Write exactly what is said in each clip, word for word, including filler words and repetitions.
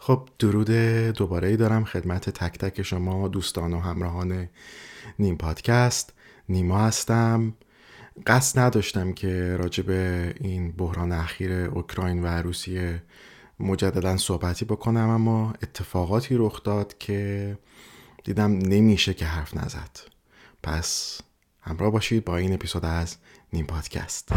خب درود دوباره ای دارم خدمت تک تک شما دوستان و همراهان نیم پادکست. نیما هستم. قصد نداشتم که راجع به این بحران اخیر اوکراین و روسیه مجددا صحبتی بکنم، اما اتفاقاتی رخ داد که دیدم نمیشه که حرف نزد. پس همراه باشید با این اپیزود از نیم پادکست.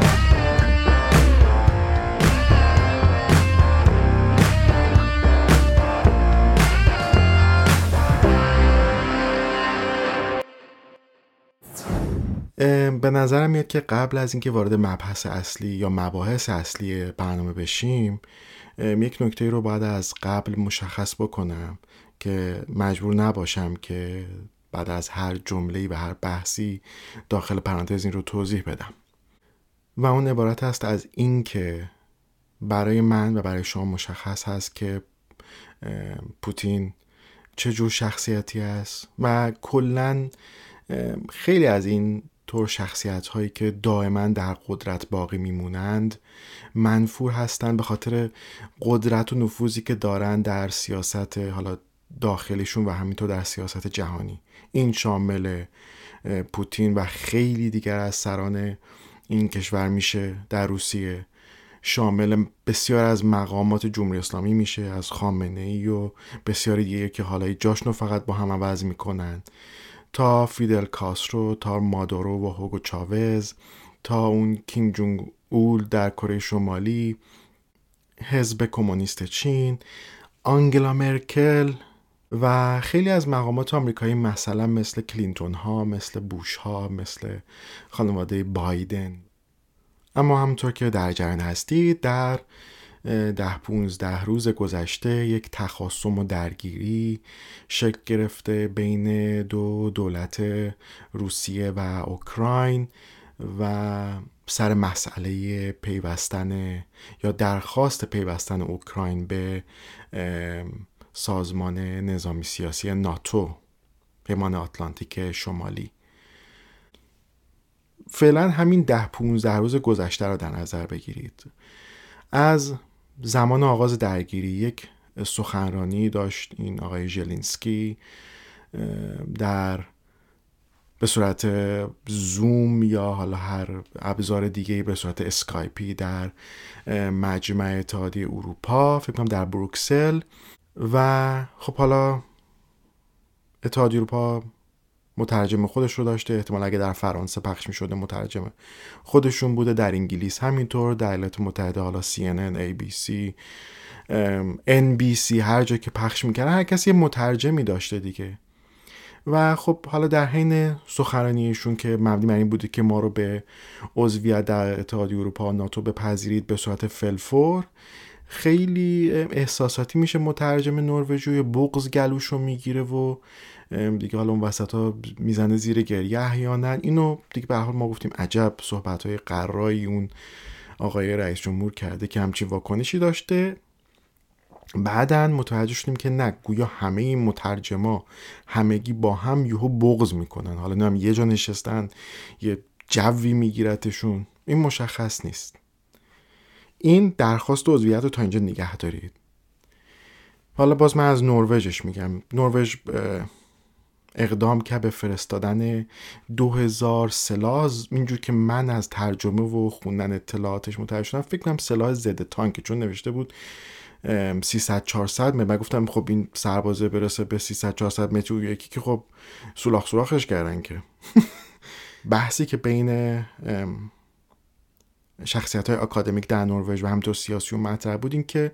به نظرم میاد که قبل از اینکه وارد مبحث اصلی یا مباحث اصلی برنامه بشیم، یک نکته رو باید از قبل مشخص بکنم که مجبور نباشم که بعد از هر جمله‌ای و هر بحثی داخل پرانتز این رو توضیح بدم، و اون عبارت است از این که برای من و برای شما مشخص هست که پوتین چه جور شخصیتی است و کلاً خیلی از این طور شخصیت هایی که دائما در قدرت باقی میمونند منفور هستند به خاطر قدرت و نفوذی که دارن در سیاست حالا داخلیشون و همینطور در سیاست جهانی. این شامل پوتین و خیلی دیگر از سران این کشور میشه، در روسیه شامل بسیار از مقامات جمهوری اسلامی میشه، از خامنه‌ای و بسیاری دیگه که حالا جاشنو فقط با هم عوض میکنن، تا فیدل کاسترو، تا مادورو و هوگو چاوز، تا اون کیم جونگ اول در کره شمالی، حزب کمونیست چین، آنگلا مرکل و خیلی از مقامات آمریکایی، مثلا مثل کلینتون ها، مثل بوش ها، مثل خانواده بایدن. اما همونطور که در جریان هستید، در ده پونزده روز گذشته یک تخاصم و درگیری شکل گرفته بین دو دولت روسیه و اوکراین و سر مسئله پیوستن یا درخواست پیوستن اوکراین به سازمان نظامی سیاسی ناتو، پیمان آتلانتیک شمالی. فعلا همین ده پونزده روز گذشته رو در نظر بگیرید. از زمان آغاز درگیری یک سخنرانی داشت این آقای ژلنسکی در به صورت زوم یا حالا هر ابزار دیگه‌ای به صورت اسکایپی در مجمع اتحادیه اروپا، فکر کنم در بروکسل. و خب حالا اتحادیه اروپا مترجم خودش رو داشته، احتمال اگه در فرانسه پخش می شده مترجم خودشون بوده، در انگلیس همینطور، در ایالات متحده حالا سی ان ان، ای بی سی، ان بی سی، هر جا که پخش میکردن هر کسی مترجمی داشته دیگه. و خب حالا در حین سخنرانیشون که مبنی بر این بوده که ما رو به عضویت در اتحادیه اروپا و ناتو بپذیرید به صورت فلفور، خیلی احساساتی میشه مترجم نروژی، بغض گلوشو میگیره و دیگه حالا اون وسط ها میزنه زیر گریه احیانا. اینو دیگه به هر حال ما گفتیم عجب صحبت های قرایی اون آقای رئیس جمهور کرده که همچین واکنشی داشته. بعداً متوجه شدیم که نه، گویا همه این مترجما همگی با هم یهو بغض میکنن، حالا نه هم یه جا نشستن یه جوی میگیرتشون، این مشخص نیست. این درخواست عضویت رو تا اینجا نگه دارید. حالا باز من از نروژش میگم. نروژ اقدام که به فرستادن دو هزار سلاح، اینجور که من از ترجمه و خوندن اطلاعاتش متوجه شدم، فکر کنم سلاح ضد تانک، چون نوشته بود سیصد چهارصد متر. من گفتم خب این سربازه برسه به سیصد چهارصد متر، و یکی که خب سولاخ سوراخش کردن که بحثی که بین شخصیت های اکادمیک در نروژ و همینطور سیاسی و مطرح بود این که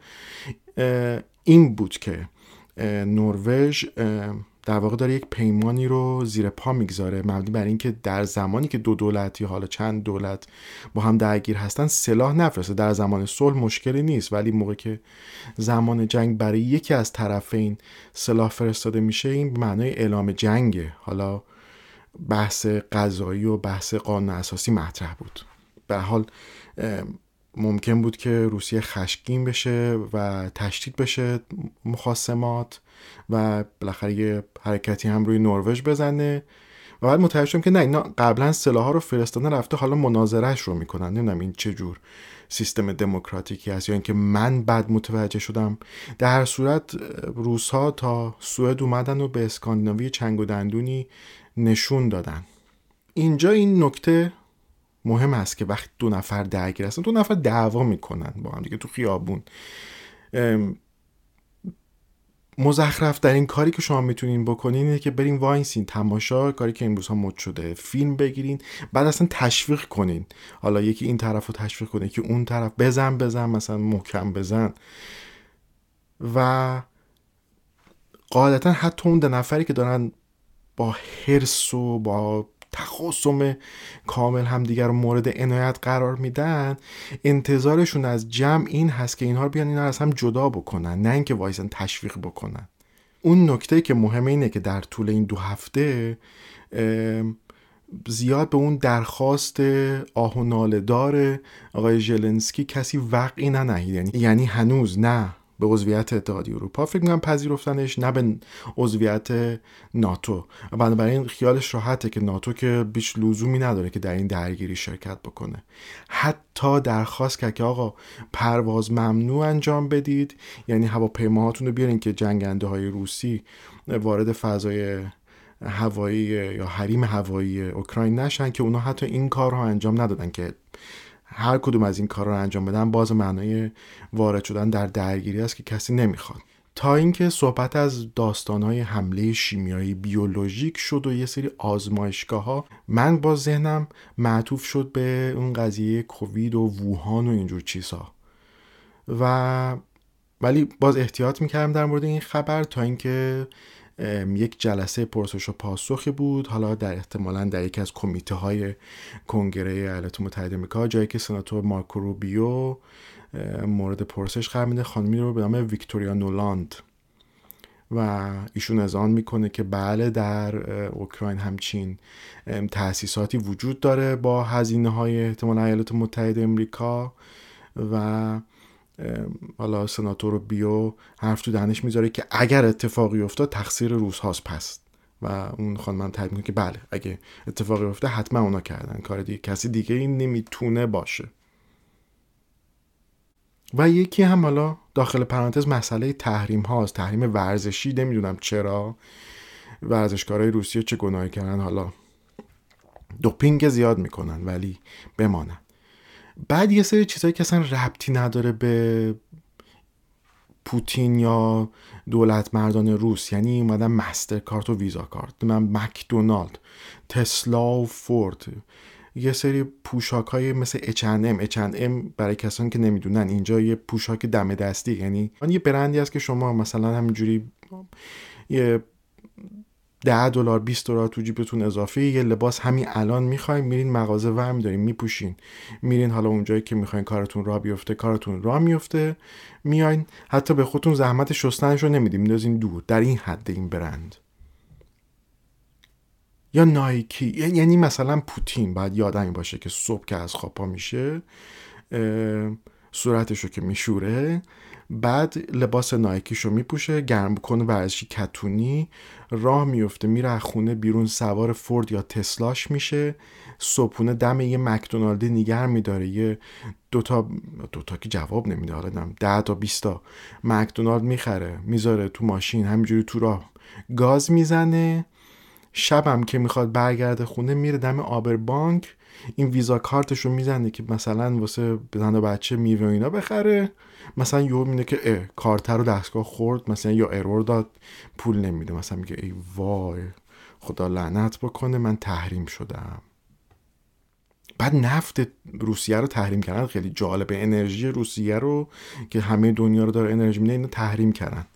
این بود که نروژ در واقع داره یک پیمانی رو زیر پا میگذاره مبنی بر این که در زمانی که دو دولت یا حالا چند دولت با هم درگیر هستن سلاح نفرسته. در زمان صلح مشکلی نیست، ولی موقع که زمان جنگ برای یکی از طرفین سلاح فرستاده میشه، این به معنای اعلام جنگه. حالا بحث قضایی و بحث قانون اساسی مطرح بود. به هر حال ممکن بود که روسیه خشمگین بشه و تشدید بشه مخاصمات و بالاخره یه حرکتی هم روی نروژ بزنه و بعد متوجه شدم که نه، اینا قبلا سلاح‌ها رو فرستادن رفته حالا مناظرهش رو میکنن. نمیدونم این چه جور سیستم دموکراتیکی هست یا اینکه من بعد متوجه شدم. در هر صورت روس‌ها تا سوئد اومدن و به اسکاندیناوی چنگ و دندونی نشون دادن. اینجا این نکته مهم است که وقتی دو نفر درگیر هستن، دو نفر دعوا میکنن با هم دیگه تو خیابون، مزخرف در این کاری که شما میتونین بکنین اینه که برین واینسین تماشا، کاری که امروز ها مد شده، فیلم بگیرین، بعد اصلا تشویق کنین. حالا یکی این طرف رو تشویق کنه که اون طرف بزن بزن مثلا محکم بزن. و غالبا حتی اون دو نفری که دارن با حرص و با تخاصم کامل هم دیگر رو مورد عنایت قرار میدن، انتظارشون از جمع این هست که اینها رو بیان اینا رو از هم جدا بکنن، نه اینکه وایسن تشویق بکنن. اون نکته که مهمه اینه که در طول این دو هفته زیاد به اون درخواست آه و ناله دار آقای ژلنسکی کسی وقعی ننهید. یعنی یعنی هنوز نه به عضویت اتحادیه اروپا فکر می‌کنم پذیرفتنش، نه به عضویت ناتو. بنابراین خیالش راحته که ناتو که بیش لزومی نداره که در این درگیری شرکت بکنه. حتی درخواست کرد که آقا پرواز ممنوع انجام بدید، یعنی هواپیماهاتون رو بیارین که جنگنده های روسی وارد فضای هوایی یا حریم هوایی اوکراین نشن، که اونا حتی این کار رو انجام ندادن. که هر کدوم از این کارا رو انجام بدن باز معنای وارد شدن در درگیری است که کسی نمیخواد. تا اینکه صحبت از داستانهای حمله شیمیایی بیولوژیک شد و یه سری آزمایشگاه‌ها، من باز ذهنم معطوف شد به اون قضیه کووید و ووهان و اینجور چیزها. و ولی باز احتیاط میکردم در مورد این خبر تا اینکه یک جلسه پرسش و پاسخی بود، حالا در احتمالاً در یکی از کمیته های کنگره ایالات متحده آمریکا، جایی که سناتور مارکو روبیو مورد پرسش قرار میده خانمی رو به نام ویکتوریا نولاند و ایشون اذعان میکنه که بله در اوکراین همچین تأسیساتی وجود داره با هزینه های احتمالاً ایالات متحده آمریکا. و حالا سناتور بیو حرف تو دهنش میذاره که اگر اتفاقی افتاد تقصیر روس هاست پس، و اون خانم هم تایید میکنه که بله اگه اتفاقی افتاد حتما اونا کردن، کار دیگه کسی دیگه این نمیتونه باشه. و یکی هم حالا داخل پرانتز مسئله تحریم هاست، تحریم ورزشی. نمیدونم چرا ورزشکارای روسیه چه گناهی کردن، حالا دوپینگ زیاد میکنن ولی بمانن. بعد یه سری چیزایی که اصلا ربطی نداره به پوتین یا دولت مردان روس، یعنی اومدن مستر کارت و ویزا کارت، من مکدونالد، تسلا و فورد، یه سری پوشاک های مثل اچ اند ام اچ اند ام برای کسانی که نمیدونن اینجا یه پوشاک دم دستی، یعنی یه برندی هست که شما مثلا همینجوری یه ده دلار بیست دلار تو جیبتون اضافه یه لباس همین الان میخواین میرین مغازه ورم دارین میپوشین، میرین حالا اونجایی که میخواین کارتون راه بیفته کارتون راه میفته، میاین حتی به خودتون زحمت شستنش رو نمیدین میندازین دور. در این حد این برند. یا نایکی، یعنی مثلا پوتین باید یادمی باشه که صبح که از خواب پا میشه صورتشو که میشوره، بعد لباس نایکیشو میپوشه، گرم بکنه، ورزشی کتونی، راه میفته میره از خونه بیرون، سوار فورد یا تسلاش میشه، صبحونه دم یه مکدونالدی نگه میداره، یه دوتا دوتا که جواب نمیده، حالا نم ده تا بیست تا مکدونالد میخره میذاره تو ماشین، همینجوری تو راه گاز میزنه. شبم که میخواد برگرده خونه میره دم آبربانک، این ویزا کارتشو میزنه که مثلا واسه زن و بچه میوه اینا بخره، مثلا یهو میبینه که اه کارت رو دستگاه خورد مثلا یا ارور داد پول نمیده، مثلا میگه ای وای خدا لعنت بکنه من تحریم شدم. بعد نفت روسیه رو تحریم کردن، خیلی جالبه، انرژی روسیه رو که همه دنیا رو داره انرژی میده اینو تحریم کردن.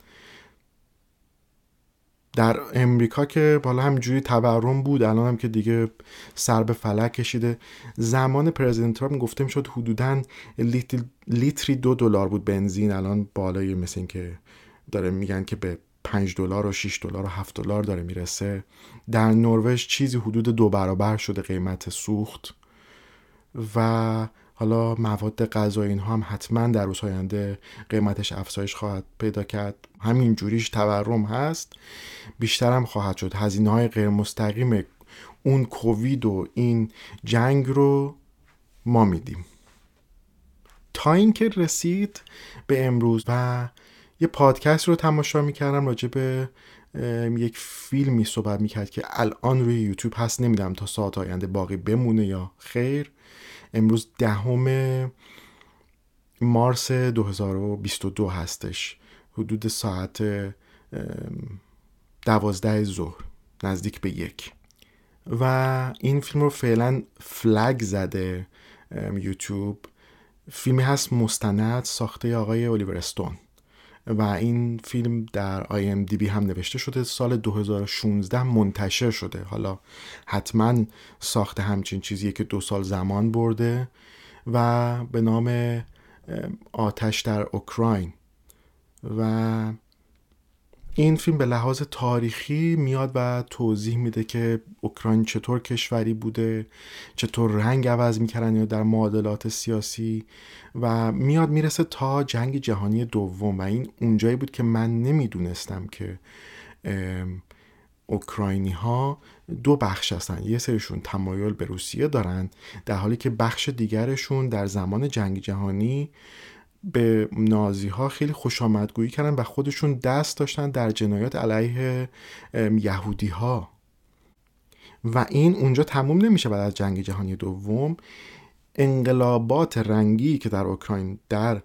در امریکا که بالا همینجوری تورم بود، الان هم که دیگه سر به فلک کشیده. زمان پرزیدنت ترامپ گفته میشد حدوداً لیتر لیتری دو دلار بود بنزین، الان بالای مثل این که داره میگن که به پنج دلار و شش دلار و هفت دلار داره میرسه. در نروژ چیزی حدود دو برابر شده قیمت سوخت. و حالا مواد غذایی اینها هم حتما در روزهای آینده قیمتش افزایش خواهد پیدا کرد. همین جوریش تورم هست، بیشتر هم خواهد شد. هزینه‌های غیر مستقیم اون کووید و این جنگ رو ما میدیم. تا اینکه رسید به امروز و یه پادکست رو تماشا میکردم راجع به یک فیلمی صحبت میکرد که الان روی یوتیوب هست، نمیدونم تا ساعت آینده باقی بمونه یا خیر. امروز دهم مارس دو هزار و بیست و دو هستش، حدود ساعت دوازده ظهر نزدیک به یک، و این فیلم رو فعلا فلگ زده یوتیوب. فیلمی هست مستند ساخته آقای الیور استون و این فیلم در آی ام دی بی هم نوشته شده سال دو هزار و شانزده منتشر شده. حالا حتما ساخته همچین چیزیه که دو سال زمان برده و به نام آتش در اوکراین. و این فیلم به لحاظ تاریخی میاد و توضیح میده که اوکراین چطور کشوری بوده، چطور رنگ عوض میکردن یا در معادلات سیاسی، و میاد میرسه تا جنگ جهانی دوم. و این اونجایی بود که من نمیدونستم که اوکراینی ها دو بخش هستن، یه سریشون تمایل به روسیه دارن در حالی که بخش دیگرشون در زمان جنگ جهانی به نازی ها خیلی خوش آمدگویی کردن و خودشون دست داشتن در جنایات علیه یهودی ها. و این اونجا تموم نمیشه. بعد از جنگ جهانی دوم انقلابات رنگی که در اوکراین در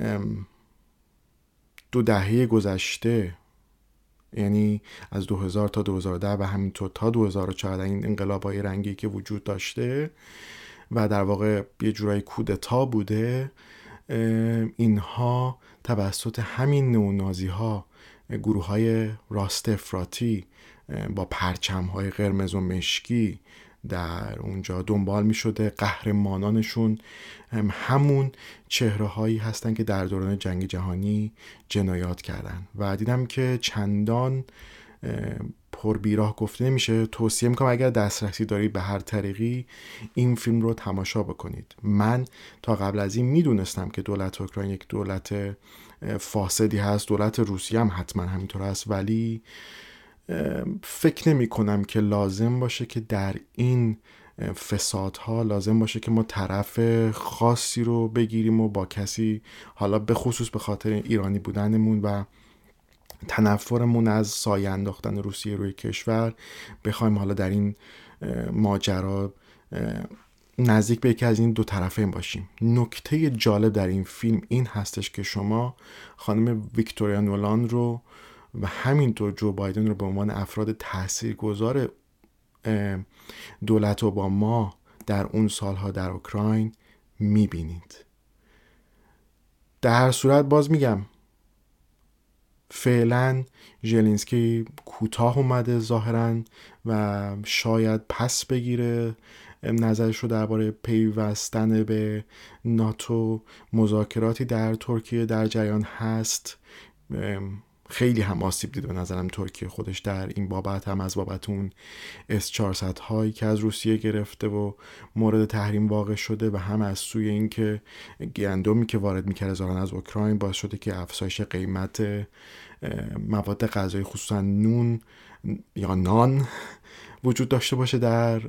دو دهه گذشته، یعنی از دو هزار تا دو هزار و ده و همینطور تا دو هزار و چهارده، این انقلابای رنگی که وجود داشته و در واقع یه جورای کودتا بوده، اینها توسط همین نئونازی ها، گروه های راست افراطی با پرچم های قرمز و مشکی در اونجا دنبال می شده. قهرمانانشون هم همون چهره هایی هستن که در دوران جنگ جهانی جنایات کردن. و دیدم که چندان پر بیراه گفته نمیشه. توصیه میکنم اگر دسترسی دارید به هر طریقی این فیلم رو تماشا بکنید. من تا قبل از این میدونستم که دولت اوکراین یک دولت فاسدی هست، دولت روسیه هم حتما همینطور هست، ولی فکر نمی کنم که لازم باشه که در این فسادها لازم باشه که ما طرف خاصی رو بگیریم و با کسی، حالا به خصوص به خاطر ایرانی بودنمون و تنفرمون از سایه انداختن روسیه روی کشور، بخوایم حالا در این ماجرا نزدیک به یکی از این دو طرفین باشیم. نکته جالب در این فیلم این هستش که شما خانم ویکتوریا نولان رو و همینطور جو بایدن رو به عنوان افراد تاثیرگذار دولت اوباما در اون سالها در اوکراین میبینید. در هر صورت باز میگم فعلا ژلنسکی کوتاه اومده ظاهرا و شاید پس بگیره نظرش رو درباره پیوستن به ناتو. مذاکراتی در ترکیه در جریان هست، خیلی هم آسیب دید به نظرم ترکیه خودش در این بابت، هم از بابت اون اس چهارصد هایی که از روسیه گرفته و مورد تحریم واقع شده و هم از سوی این که گندمی که وارد میکرده ظاهرا از اوکراین باعث شده که افزایش قیمت مواد غذایی خصوصا نون یا نان وجود داشته باشه در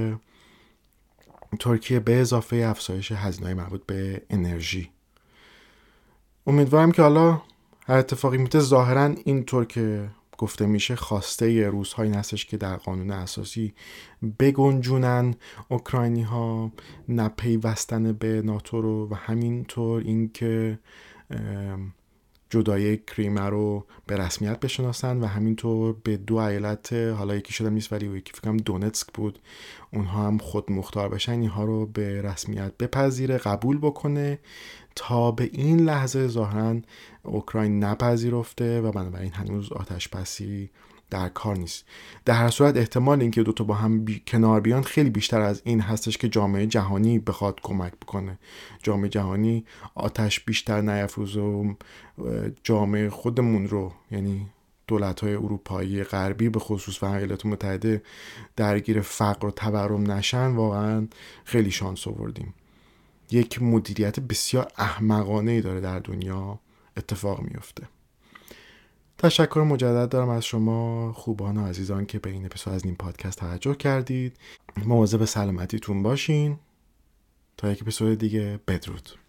ترکیه، به اضافه افزایش هزینه‌های مربوط به انرژی. امیدوارم که حالا هر اتفاقی میفته، ظاهرا اینطور که گفته میشه خواسته روس‌ها این هستش که در قانون اساسی بگنجونن اوکراینی ها نپیوستن به ناتو رو و همینطور اینکه جدایی کریمه رو به رسمیت بشناسن و همینطور به دو ایالت، حالا یکی شدم نیست ولی یکی فکرم دونتسک بود، اونها هم خود مختار بشن، اینها رو به رسمیت بپذیره، قبول بکنه. تا به این لحظه ظاهرا اوکراین نپذیرفته و بنابراین هنوز آتش بسی در کار نیست. در هر صورت احتمال اینکه دوتا با هم بی... کنار بیان خیلی بیشتر از این هستش که جامعه جهانی بخواد کمک بکنه. جامعه جهانی آتش بیشتر نیفروزه و جامعه خودمون رو، یعنی دولت‌های اروپایی غربی به خصوص و ایالات متحده درگیر فقر و تورم نشن. واقعا خیلی شانس آوردیم. یک مدیریت بسیار احمقانه‌ای داره در دنیا اتفاق میفته. تشکر مجدد دارم از شما خوبان و عزیزان که به این اپیزود از نیم پادکست توجه کردید. مواظب سلامتیتون باشین. تا یک اپیزود دیگه، بدرود.